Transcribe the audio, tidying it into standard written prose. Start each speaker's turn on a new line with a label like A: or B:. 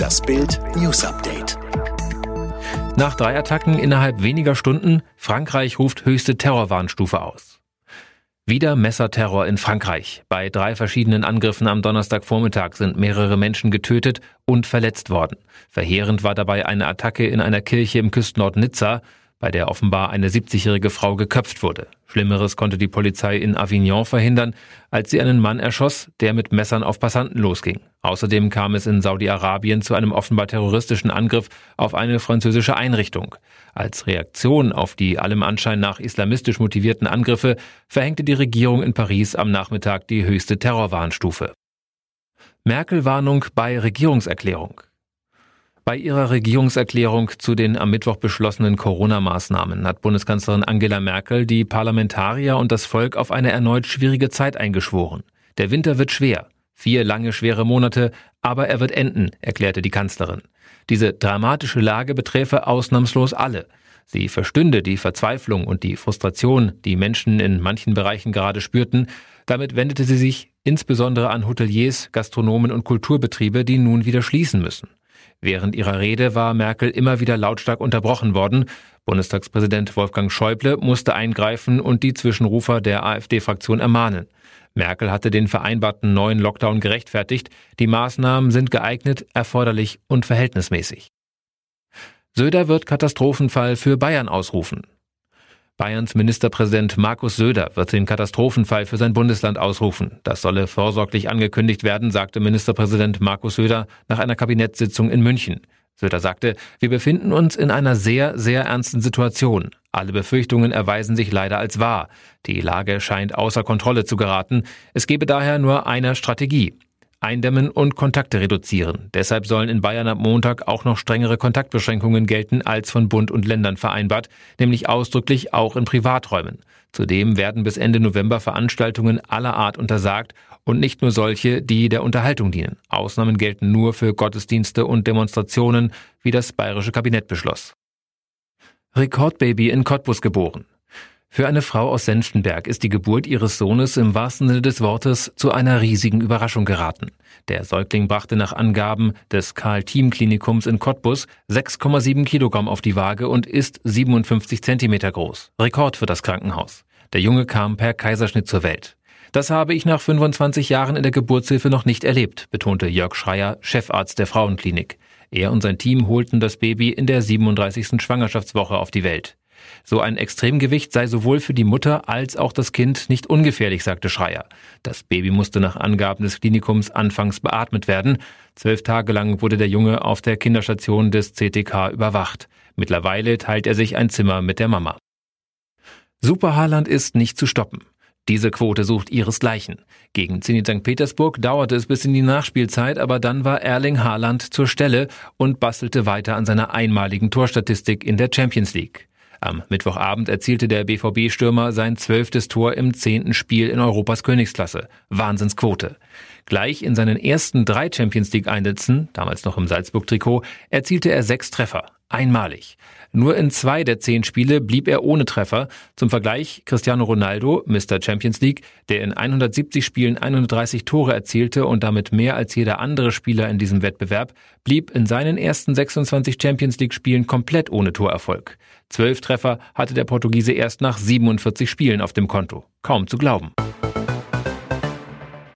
A: Das Bild News Update.
B: Nach 3 Attacken innerhalb weniger Stunden, Frankreich ruft höchste Terrorwarnstufe aus. Wieder Messerterror in Frankreich. Bei 3 verschiedenen Angriffen am Donnerstagvormittag sind mehrere Menschen getötet und verletzt worden. Verheerend war dabei eine Attacke in einer Kirche im Küstenort Nizza, bei der offenbar eine 70-jährige Frau geköpft wurde. Schlimmeres konnte die Polizei in Avignon verhindern, als sie einen Mann erschoss, der mit Messern auf Passanten losging. Außerdem kam es in Saudi-Arabien zu einem offenbar terroristischen Angriff auf eine französische Einrichtung. Als Reaktion auf die allem Anschein nach islamistisch motivierten Angriffe verhängte die Regierung in Paris am Nachmittag die höchste Terrorwarnstufe. Merkel-Warnung bei Regierungserklärung. Bei ihrer Regierungserklärung zu den am Mittwoch beschlossenen Corona-Maßnahmen hat Bundeskanzlerin Angela Merkel die Parlamentarier und das Volk auf eine erneut schwierige Zeit eingeschworen. Der Winter wird schwer. 4 lange, schwere Monate, aber er wird enden, erklärte die Kanzlerin. Diese dramatische Lage beträfe ausnahmslos alle. Sie verstünde die Verzweiflung und die Frustration, die Menschen in manchen Bereichen gerade spürten. Damit wendete sie sich insbesondere an Hoteliers, Gastronomen und Kulturbetriebe, die nun wieder schließen müssen. Während ihrer Rede war Merkel immer wieder lautstark unterbrochen worden. Bundestagspräsident Wolfgang Schäuble musste eingreifen und die Zwischenrufer der AfD-Fraktion ermahnen. Merkel hatte den vereinbarten neuen Lockdown gerechtfertigt. Die Maßnahmen sind geeignet, erforderlich und verhältnismäßig. Söder wird Katastrophenfall für Bayern ausrufen. Bayerns Ministerpräsident Markus Söder wird den Katastrophenfall für sein Bundesland ausrufen. Das solle vorsorglich angekündigt werden, sagte Ministerpräsident Markus Söder nach einer Kabinettssitzung in München. Söder sagte, wir befinden uns in einer sehr, sehr ernsten Situation. Alle Befürchtungen erweisen sich leider als wahr. Die Lage scheint außer Kontrolle zu geraten. Es gebe daher nur eine Strategie: Eindämmen und Kontakte reduzieren. Deshalb sollen in Bayern ab Montag auch noch strengere Kontaktbeschränkungen gelten als von Bund und Ländern vereinbart, nämlich ausdrücklich auch in Privaträumen. Zudem werden bis Ende November Veranstaltungen aller Art untersagt und nicht nur solche, die der Unterhaltung dienen. Ausnahmen gelten nur für Gottesdienste und Demonstrationen, wie das bayerische Kabinett beschloss. Rekordbaby in Cottbus geboren. Für eine Frau aus Senftenberg ist die Geburt ihres Sohnes im wahrsten Sinne des Wortes zu einer riesigen Überraschung geraten. Der Säugling brachte nach Angaben des Karl-Thiem-Klinikums in Cottbus 6,7 Kilogramm auf die Waage und ist 57 Zentimeter groß. Rekord für das Krankenhaus. Der Junge kam per Kaiserschnitt zur Welt. Das habe ich nach 25 Jahren in der Geburtshilfe noch nicht erlebt, betonte Jörg Schreier, Chefarzt der Frauenklinik. Er und sein Team holten das Baby in der 37. Schwangerschaftswoche auf die Welt. So ein Extremgewicht sei sowohl für die Mutter als auch das Kind nicht ungefährlich, sagte Schreier. Das Baby musste nach Angaben des Klinikums anfangs beatmet werden. 12 Tage lang wurde der Junge auf der Kinderstation des CTK überwacht. Mittlerweile teilt er sich ein Zimmer mit der Mama. Super Haaland ist nicht zu stoppen. Diese Quote sucht ihresgleichen. Gegen Zenit St. Petersburg dauerte es bis in die Nachspielzeit, aber dann war Erling Haaland zur Stelle und bastelte weiter an seiner einmaligen Torstatistik in der Champions League. Am Mittwochabend erzielte der BVB-Stürmer sein 12. Tor im 10. Spiel in Europas Königsklasse. Wahnsinnsquote. Gleich in seinen ersten 3 Champions-League-Einsätzen, damals noch im Salzburg-Trikot, erzielte er 6 Treffer. Einmalig. Nur in 2 der 10 Spiele blieb er ohne Treffer. Zum Vergleich Cristiano Ronaldo, Mr. Champions League, der in 170 Spielen 130 Tore erzielte und damit mehr als jeder andere Spieler in diesem Wettbewerb, blieb in seinen ersten 26 Champions League-Spielen komplett ohne Torerfolg. 12 Treffer hatte der Portugiese erst nach 47 Spielen auf dem Konto. Kaum zu glauben.